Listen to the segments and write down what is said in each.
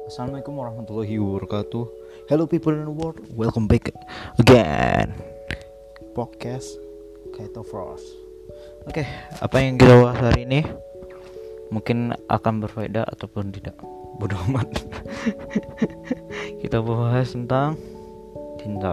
Assalamualaikum warahmatullahi wabarakatuh. Hello people in the world, welcome back again. Podcast Keto Frost. Oke, apa yang kita bahas hari ini mungkin akan berfaedah ataupun tidak. Bodoh amat. Kita bahas tentang cinta.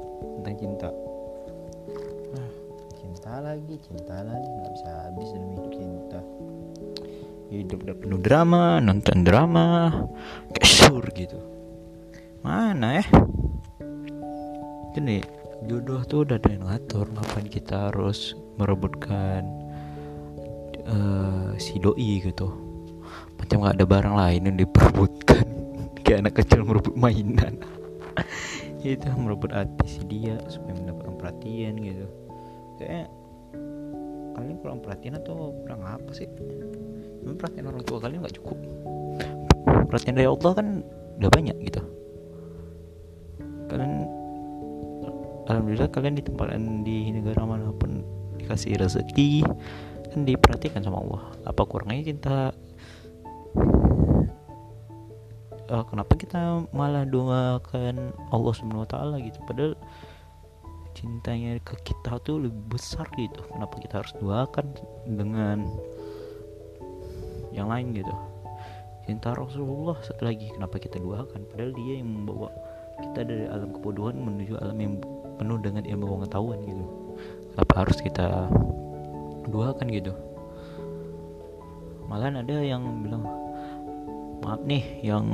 Cinta lagi, nggak bisa habis dalam hidup cinta. Hidup udah penuh drama, nonton drama kasur gitu. Mana ya? Jadi jodoh tuh udah ada yang ngatur. Ngapain kita harus merebutkan si doi gitu? Macam gak ada barang lain yang diperebutkan. Kayak anak kecil merebut mainan. Itu merebut hati si dia supaya mendapatkan perhatian gitu. Kayak kalian kurang perhatian atau kurang apa sih? Memang perhatian orang tua kalian gak cukup. Perhatian dari Allah kan udah banyak gitu. Kalian alhamdulillah kalian ditempatkan di negara manapun dikasih rezeki kan diperhatikan sama Allah. Apa kurangnya cinta? Kenapa kita malah doakan Allah Subhanahu Wa Taala gitu? Padahal cintanya ke kita tuh lebih besar gitu. Kenapa kita harus doakan dengan yang lain gitu? Cinta Rasulullah satu lagi, kenapa kita doakan? Padahal dia yang membawa kita dari alam kebodohan menuju alam yang penuh dengan ilmu pengetahuan gitu. Kenapa harus kita doakan gitu? Malah ada yang bilang, maaf nih yang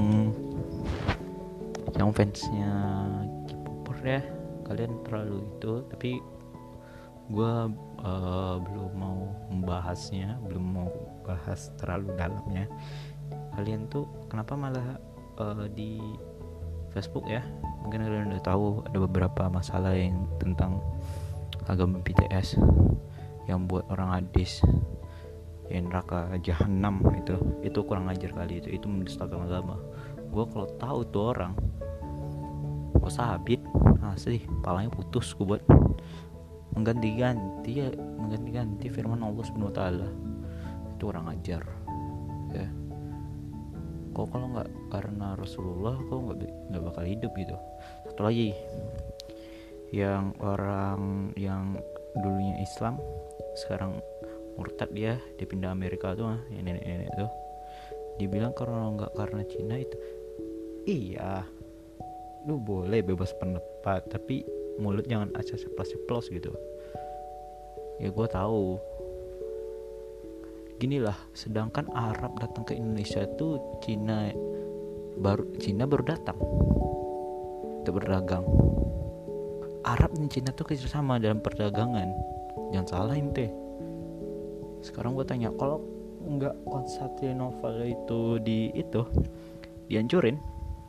fansnya K-popper ya, kalian terlalu itu, tapi gue belum mau membahasnya, belum mau bahas terlalu dalamnya. Kalian tuh kenapa malah di Facebook ya, mungkin kalian udah tahu ada beberapa masalah yang tentang agama BTS yang buat orang hadis yang neraka jahanam, itu kurang ajar kali, itu mendustakan agama. Gue kalau tahu tuh orang gue sabit asli palanya putus gue buat mengganti-ganti firman Allah Subhanahu Wa Taala. Itu orang ajar ya. Kalau nggak karena Rasulullah kok nggak bakal hidup gitu. Satu lagi yang orang yang dulunya Islam sekarang murtad, dia pindah Amerika tuh, yang nenek-nenek tuh, dibilang kalau nggak karena Cina itu. Iya, lu boleh bebas pendapat tapi mulut jangan aja ceplos gitu. Ya gue tahu. Ginilah, sedangkan Arab datang ke Indonesia tuh Cina baru datang untuk berdagang. Arab dan Cina tuh kerjasama dalam perdagangan. Jangan salahin teh. Sekarang gue tanya, kalau nggak Konstantinopel itu dihancurin,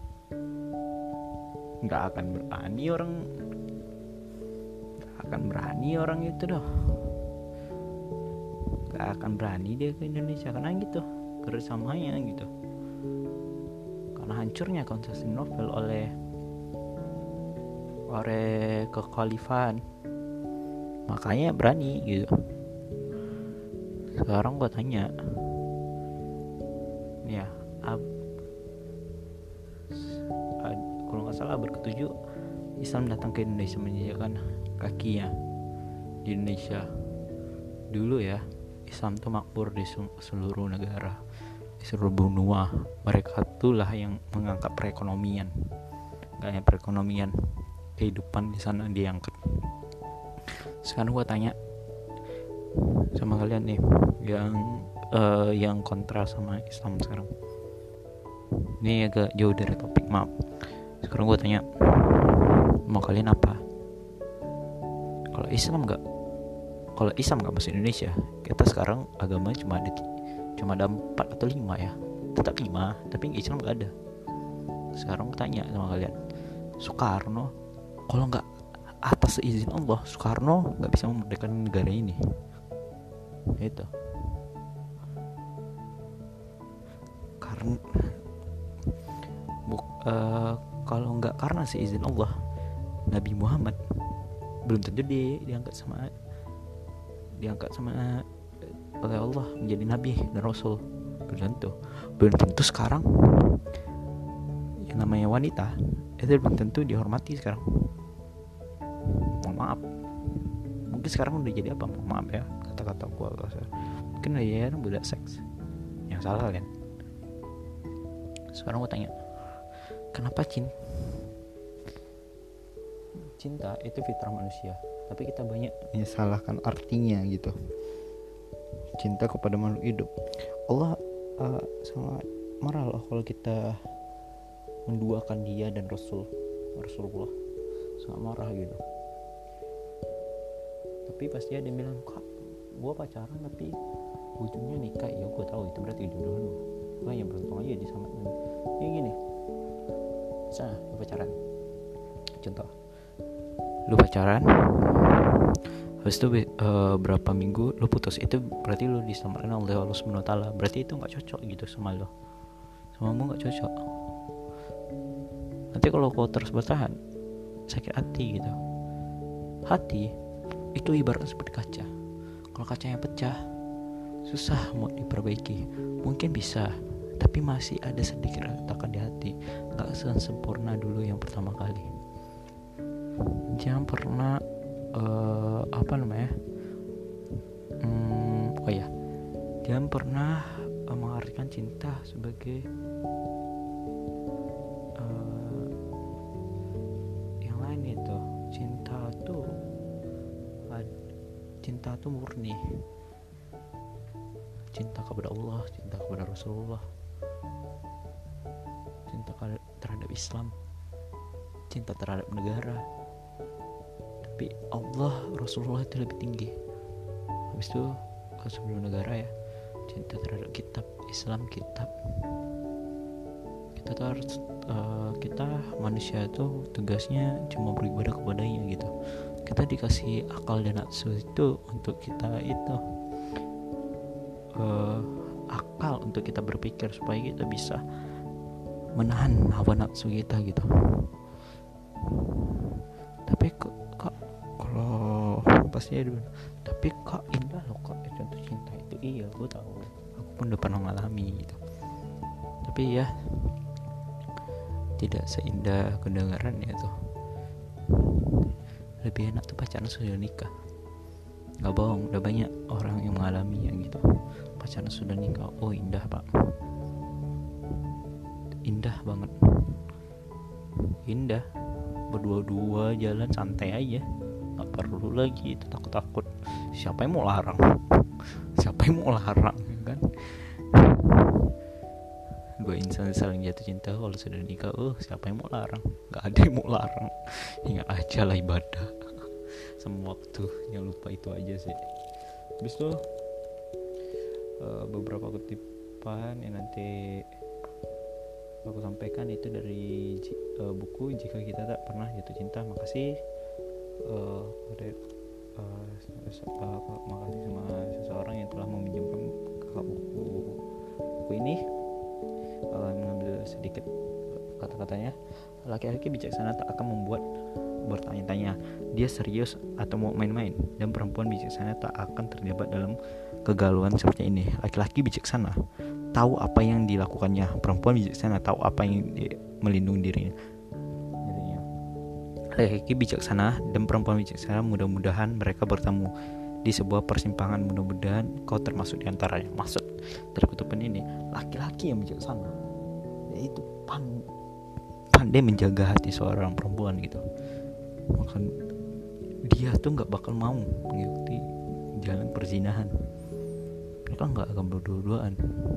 nggak akan berani orang itu doh. Gak akan berani dia ke Indonesia karena gitu, kerjasamanya gitu, karena hancurnya Konstantinopel oleh kekhalifahan, makanya berani gitu. Sekarang gue tanya ya, kalau nggak salah abad ke-7 Islam datang ke Indonesia, menjejakkan kakinya di Indonesia. Dulu ya, Islam tuh makmur di seluruh negara, di seluruh benua. Mereka itulah yang mengangkat perekonomian, gak hanya perekonomian, kehidupan di sana diangkat. Sekarang gue tanya sama kalian nih, yang kontra sama Islam sekarang. Ini agak jauh dari topik, maaf. Sekarang gue tanya, mau kalian apa? Kalau Islam nggak masuk Indonesia, kita sekarang agama cuma ada 4 atau 5 ya, tetap 5, tapi Islam nggak ada. Sekarang aku tanya sama kalian, Soekarno kalau nggak atas izin Allah, Soekarno nggak bisa memerdekakan negara ini. Itu karena kalau nggak karena seizin Allah, Nabi Muhammad belum tentu diangkat sama oleh Allah menjadi nabi dan rasul. Belum tentu sekarang yang namanya wanita itu belum tentu dihormati sekarang. Mohon maaf, mungkin sekarang udah jadi apa, mohon maaf ya kata-kata gua mungkin udah jadi budak seks, yang salah kan. Sekarang gua tanya, kenapa cinta itu fitrah manusia, tapi kita banyak menyalahkan artinya gitu. Cinta kepada makhluk hidup, Allah sangat marah loh kalau kita menduakan dia dan Rasulullah, sangat marah gitu. Tapi pasti ada yang bilang, kak gue pacaran tapi ujungnya nikah. Ya gue tahu itu berarti jodoh lu, gue hanya beruntung aja disamakan. Ya gini, misalnya lu pacaran, contoh lu pacaran habis itu berapa minggu lu putus, itu berarti lu diselamatkan oleh Allah Subhanahu wa taala. Berarti itu enggak cocok gitu sama lu, samamu enggak cocok. Nanti kalau kau terus bertahan, sakit hati gitu. Hati itu ibarat seperti kaca. Kalau kacanya pecah, susah mau diperbaiki. Mungkin bisa, tapi masih ada sedikit retakan di hati, enggak sempurna dulu yang pertama kali. Jangan pernah jangan pernah mengartikan cinta sebagai yang lain itu. Cinta tuh murni, cinta kepada Allah, cinta kepada Rasulullah, cinta terhadap Islam, cinta terhadap negara. Tapi Allah, Rasulullah itu lebih tinggi. Habis itu sebelum negara ya, cinta terhadap kitab Islam, kitab. Kita tuh harus kita manusia itu tugasnya cuma beribadah kepadanya gitu. Kita dikasih akal dan nafsu itu untuk kita itu akal untuk kita berpikir supaya kita bisa menahan hawa nafsu kita gitu. Tapi kok kalau pasti ada, tapi kok indah loh kok contoh cinta itu. Iya gue tahu, aku pun udah pernah ngalami gitu. Tapi ya tidak seindah kedengaran ya tuh. Lebih enak tuh pacaran sudah nikah. Gak bohong, udah banyak orang yang mengalami yang gitu. Pacaran sudah nikah, oh indah pak, indah banget, indah. Berdua-dua jalan santai aja, gak perlu lagi itu takut-takut. Siapa yang mau larang? Siapa yang mau larang kan? Dua insan saling jatuh cinta kalau sudah nikah, siapa yang mau larang? Gak ada yang mau larang. Ingat aja lah ibadah. Semua waktu yang lupa itu aja sih. Habis itu beberapa kutipan yang nanti aku sampaikan itu dari buku Jika Kita Tak Pernah Jatuh Cinta. Makasih makasih sama seseorang yang telah meminjamkan kakak buku ini. Mengambil sedikit kata-katanya. Laki-laki bijaksana tak akan membuat bertanya-tanya dia serius atau mau main-main, dan perempuan bijaksana tak akan terjebak dalam kegalauan seperti ini. Laki-laki bijaksana tahu apa yang dilakukannya, perempuan bijaksana tahu apa yang melindungi dirinya. Laki-laki bijaksana dan perempuan bijaksana, mudah-mudahan mereka bertemu di sebuah persimpangan, mudah-mudahan kau termasuk di antaranya. Maksud dari kutipan ini, laki-laki yang bijaksana yaitu pandai menjaga hati seorang perempuan gitu. Maksud dia tuh nggak bakal mau mengikuti jalan perzinahan, mereka nggak akan berdua-duaan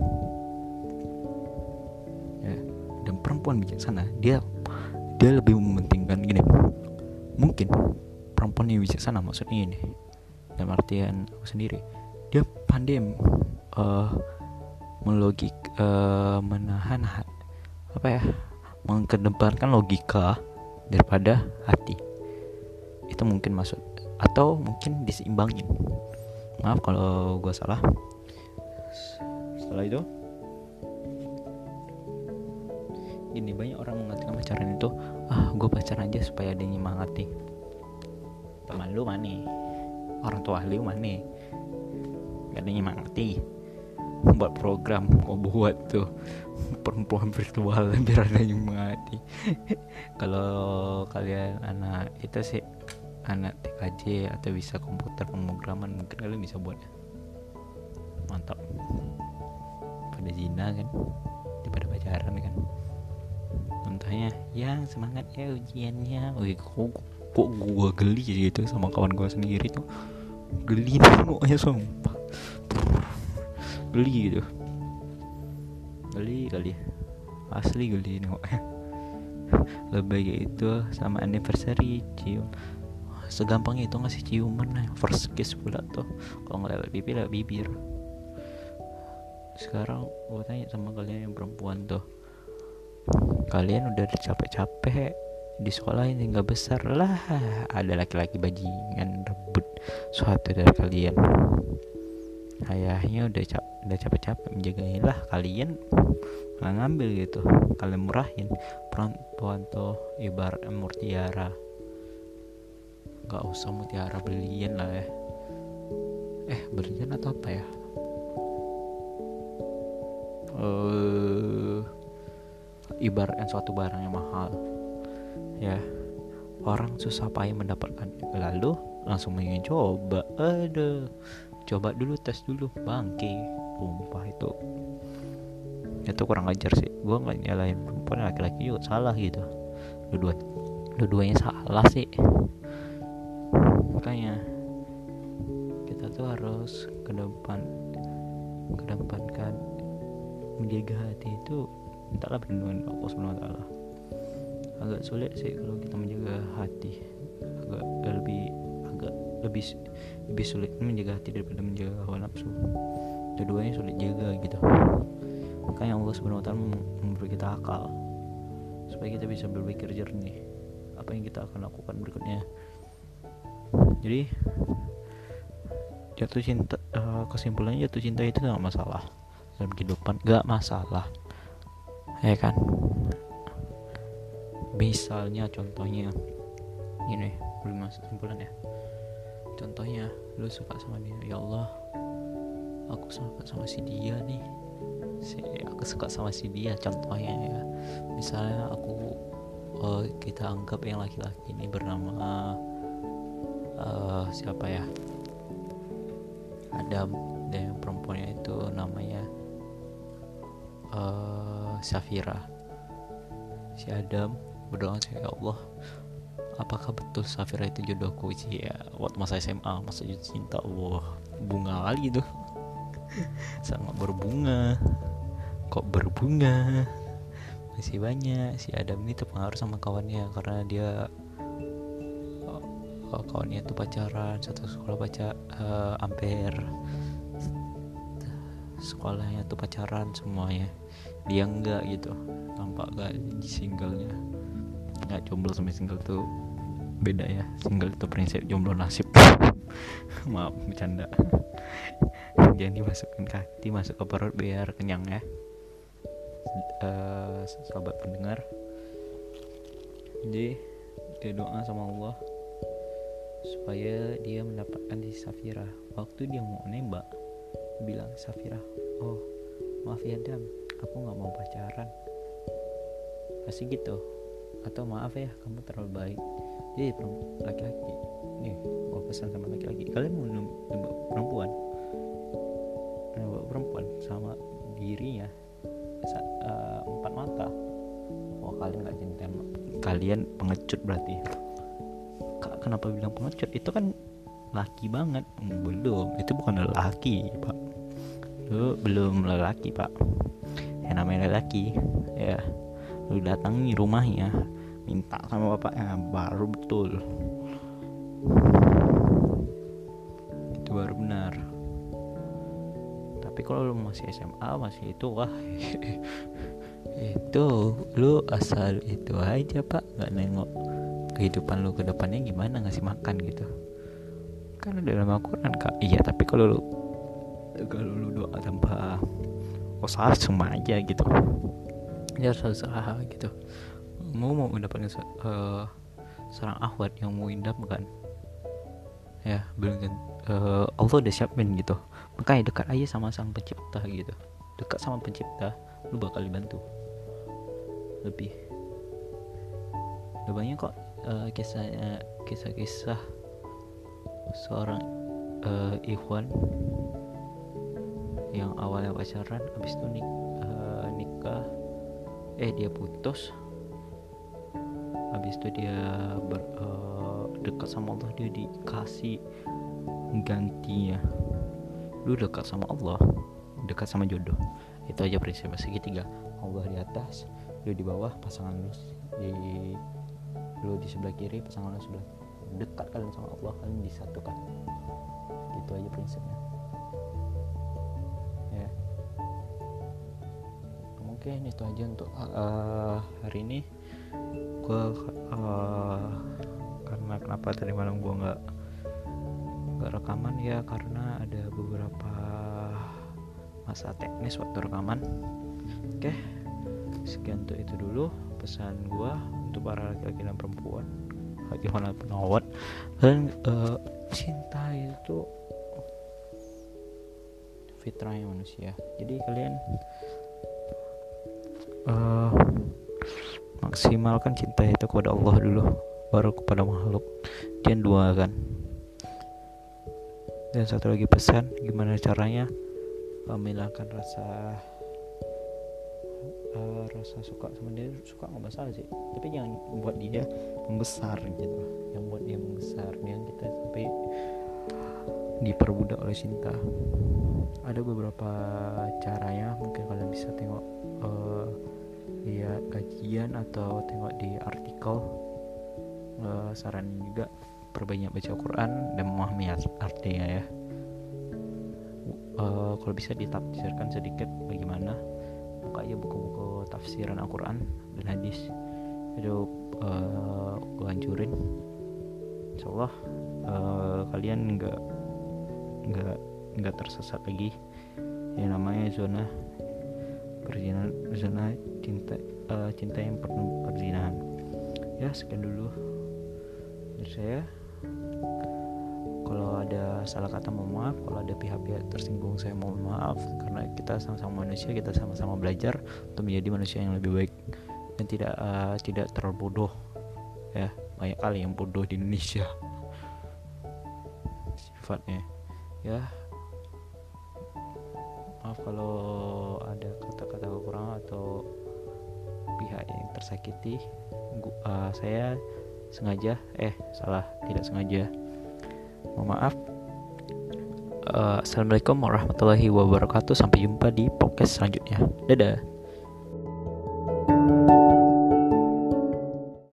ya. Dan perempuan bijaksana dia lebih mementingkan gini, mungkin perempuan yang bijaksana maksudnya ini dalam artian aku sendiri, dia pandai menahan mengedepankan logika daripada hati. Itu mungkin maksud, atau mungkin diseimbangin. Maaf kalau gue salah. Setelah itu gini, banyak orang mengatakan pacaran itu gue pacaran aja supaya ada yang nyemangati. Teman lu mana? Orang tua lu mana? Gak ada yang nyemangati. buat program, mau buat tuh perempuan virtual biar ada yang mengerti. Kalau kalian anak itu sih anak TKJ atau bisa komputer pemrograman, mungkin kalian bisa buat ya. Mantap. Pada zina kan, daripada pacaran kan. Contohnya, ya semangat ya ujiannya. Wih, kok gua geli gitu sama kawan gua sendiri tuh. Geli nengoknya sumpah. Geli gitu. Geli kali. Asli geli nengoknya. Lebih itu sama anniversary cium. Segampang itu ngasih ciuman lah. First kiss pula tuh. Kalau ngelewat pipi lewat bibir. Sekarang gue tanya sama kalian yang perempuan tuh, kalian udah capek-capek di sekolah ini nggak besar lah, ada laki-laki bajingan rebut suatu dari kalian. Ayahnya udah capek-capek menjagain lah, kalian malah ngambil gitu. Kalian murahin. Perempuan tuh ibarat mutiara, nggak usah mutiara beliin lah ya. Beliin atau apa ya, ibaratnya suatu barang yang mahal ya, orang susah payah mendapatkannya, lalu langsung ingin coba. Coba dulu, tes dulu, bangke. Sumpah itu kurang ajar sih. Gue nggak nyalahin perempuan, laki-laki juga salah gitu. Dua-duanya salah sih. Makanya kita tuh harus kedepankan menjaga hati itu. Mintalah perlindungan Allah Subhanahu wa taala. Agak sulit sih kalau kita menjaga hati. Lebih sulit menjaga hati daripada menjaga hawa nafsu. Dua-duanya sulit jaga gitu. Makanya Allah Subhanahu wa taala memberi kita akal supaya kita bisa berpikir jernih apa yang kita akan lakukan berikutnya. Jadi kesimpulannya jatuh cinta itu gak masalah dalam kehidupan, gak masalah ya kan. Misalnya contohnya ini, belum masuk kesimpulan ya. Contohnya lu suka sama dia, ya Allah aku suka sama si dia nih, aku suka sama si dia contohnya ya. Misalnya kita anggap yang laki-laki ini bernama siapa ya, Adam, dan yang perempuannya itu namanya Safira. Si Adam berdoa, ya Allah apakah betul Safira itu jodohku sih ya, waktu masa SMA, masa jatuh cinta. Wah, bunga kali itu. Sangat berbunga. Kok berbunga? Masih banyak. Si Adam ini terpengaruh sama kawannya karena dia kawannya tuh pacaran satu sekolah, Ampere. Sekolahnya tuh pacaran semuanya, dia enggak gitu. Nampak gak di singlenya? Nggak, jomblo sama single tuh beda ya. Single itu prinsip, jomblo nasib. Maaf bercanda. Jangan dimasukin ke hati, masuk ke perut biar kenyang ya. Sahabat pendengar, jadi dia doa sama Allah supaya dia mendapatkan di Safira. Waktu dia mau nembak, bilang, Safira, oh maaf ya Dam, aku gak mau pacaran, pasti gitu. Atau maaf ya, kamu terlalu baik. Jadi laki-laki nih, gue pesan sama laki-laki, kalian mau nembak perempuan sama dirinya 4 mata, kalian gak jadi tembak, kalian pengecut berarti. Kenapa bilang pengecut? Itu kan laki banget. Belum, itu bukan lelaki pak. Lu belum lelaki pak. Yang namanya lelaki ya, lu datangi rumahnya, minta sama bapaknya, baru betul, itu baru benar. Tapi kalau lu masih SMA, masih itu, wah itu lu asal itu aja pak, nggak nengok kehidupan lu ke depannya gimana, ngasih makan gitu kan udah dalam Al-Quran kak. Iya, tapi kalau lu doa tanpa usaha cuma aja gitu, ya harus usaha gitu. Mau mendapatkan seorang akhwat yang mau indam kan ya, belum kan Allah udah siapin gitu Makanya dekat aja sama sang pencipta gitu. Dekat sama pencipta, lu bakal dibantu lebih banyak kok. Kisah-kisah seorang ikhwan yang awalnya pacaran, habis itu nikah, dia putus, habis itu dia dekat sama Allah, dia dikasih gantinya. Lu dekat sama Allah, dekat sama jodoh, itu aja prinsipnya segitiga. Allah di atas, lu di bawah, pasangan lu di sebelah kiri, pasangan lu sebelah dekat, kalian sama Allah, kalian disatukan. Gitu aja prinsipnya ya. Mungkin itu aja untuk hari ini. Gue karena kenapa tadi malam gue nggak rekaman ya, karena ada beberapa masalah teknis waktu rekaman. Oke, sekian untuk itu dulu pesan gue untuk para laki-laki dan perempuan, gimana penawat. Dan cinta itu fitrahnya manusia, jadi kalian maksimalkan cinta itu kepada Allah dulu, baru kepada makhluk. Jangan dua kan. Dan satu lagi pesan, gimana caranya menghilangkan rasa suka sama dia. Suka nggak masalah sih, tapi jangan buat dia membesar gitu. Yang buat dia membesar, yang kita sampai diperbudak oleh cinta. Ada beberapa caranya, mungkin kalian bisa tengok lihat kajian atau tengok di artikel. Saran juga perbanyak baca Quran dan memahami artinya ya. Kalau bisa ditafsirkan sedikit bagaimana, buka aja buku-buku tafsiran Al-Quran dan hadis itu. Gue anjurin, insyaallah kalian nggak tersesat lagi yang namanya zona cinta yang penuh perzinahan ya. Sekian dulu dari saya. Kalau ada salah kata mohon maaf, kalau ada pihak-pihak tersinggung saya mohon maaf, karena kita sama-sama manusia, kita sama-sama belajar untuk menjadi manusia yang lebih baik dan tidak terlalu bodoh ya. Banyak kali yang bodoh di Indonesia sifatnya ya. Maaf kalau ada kata-kata kekurangan atau pihak yang tersakiti. Saya sengaja tidak sengaja, mohon maaf. Assalamualaikum warahmatullahi wabarakatuh. Sampai jumpa di podcast selanjutnya. Dadah.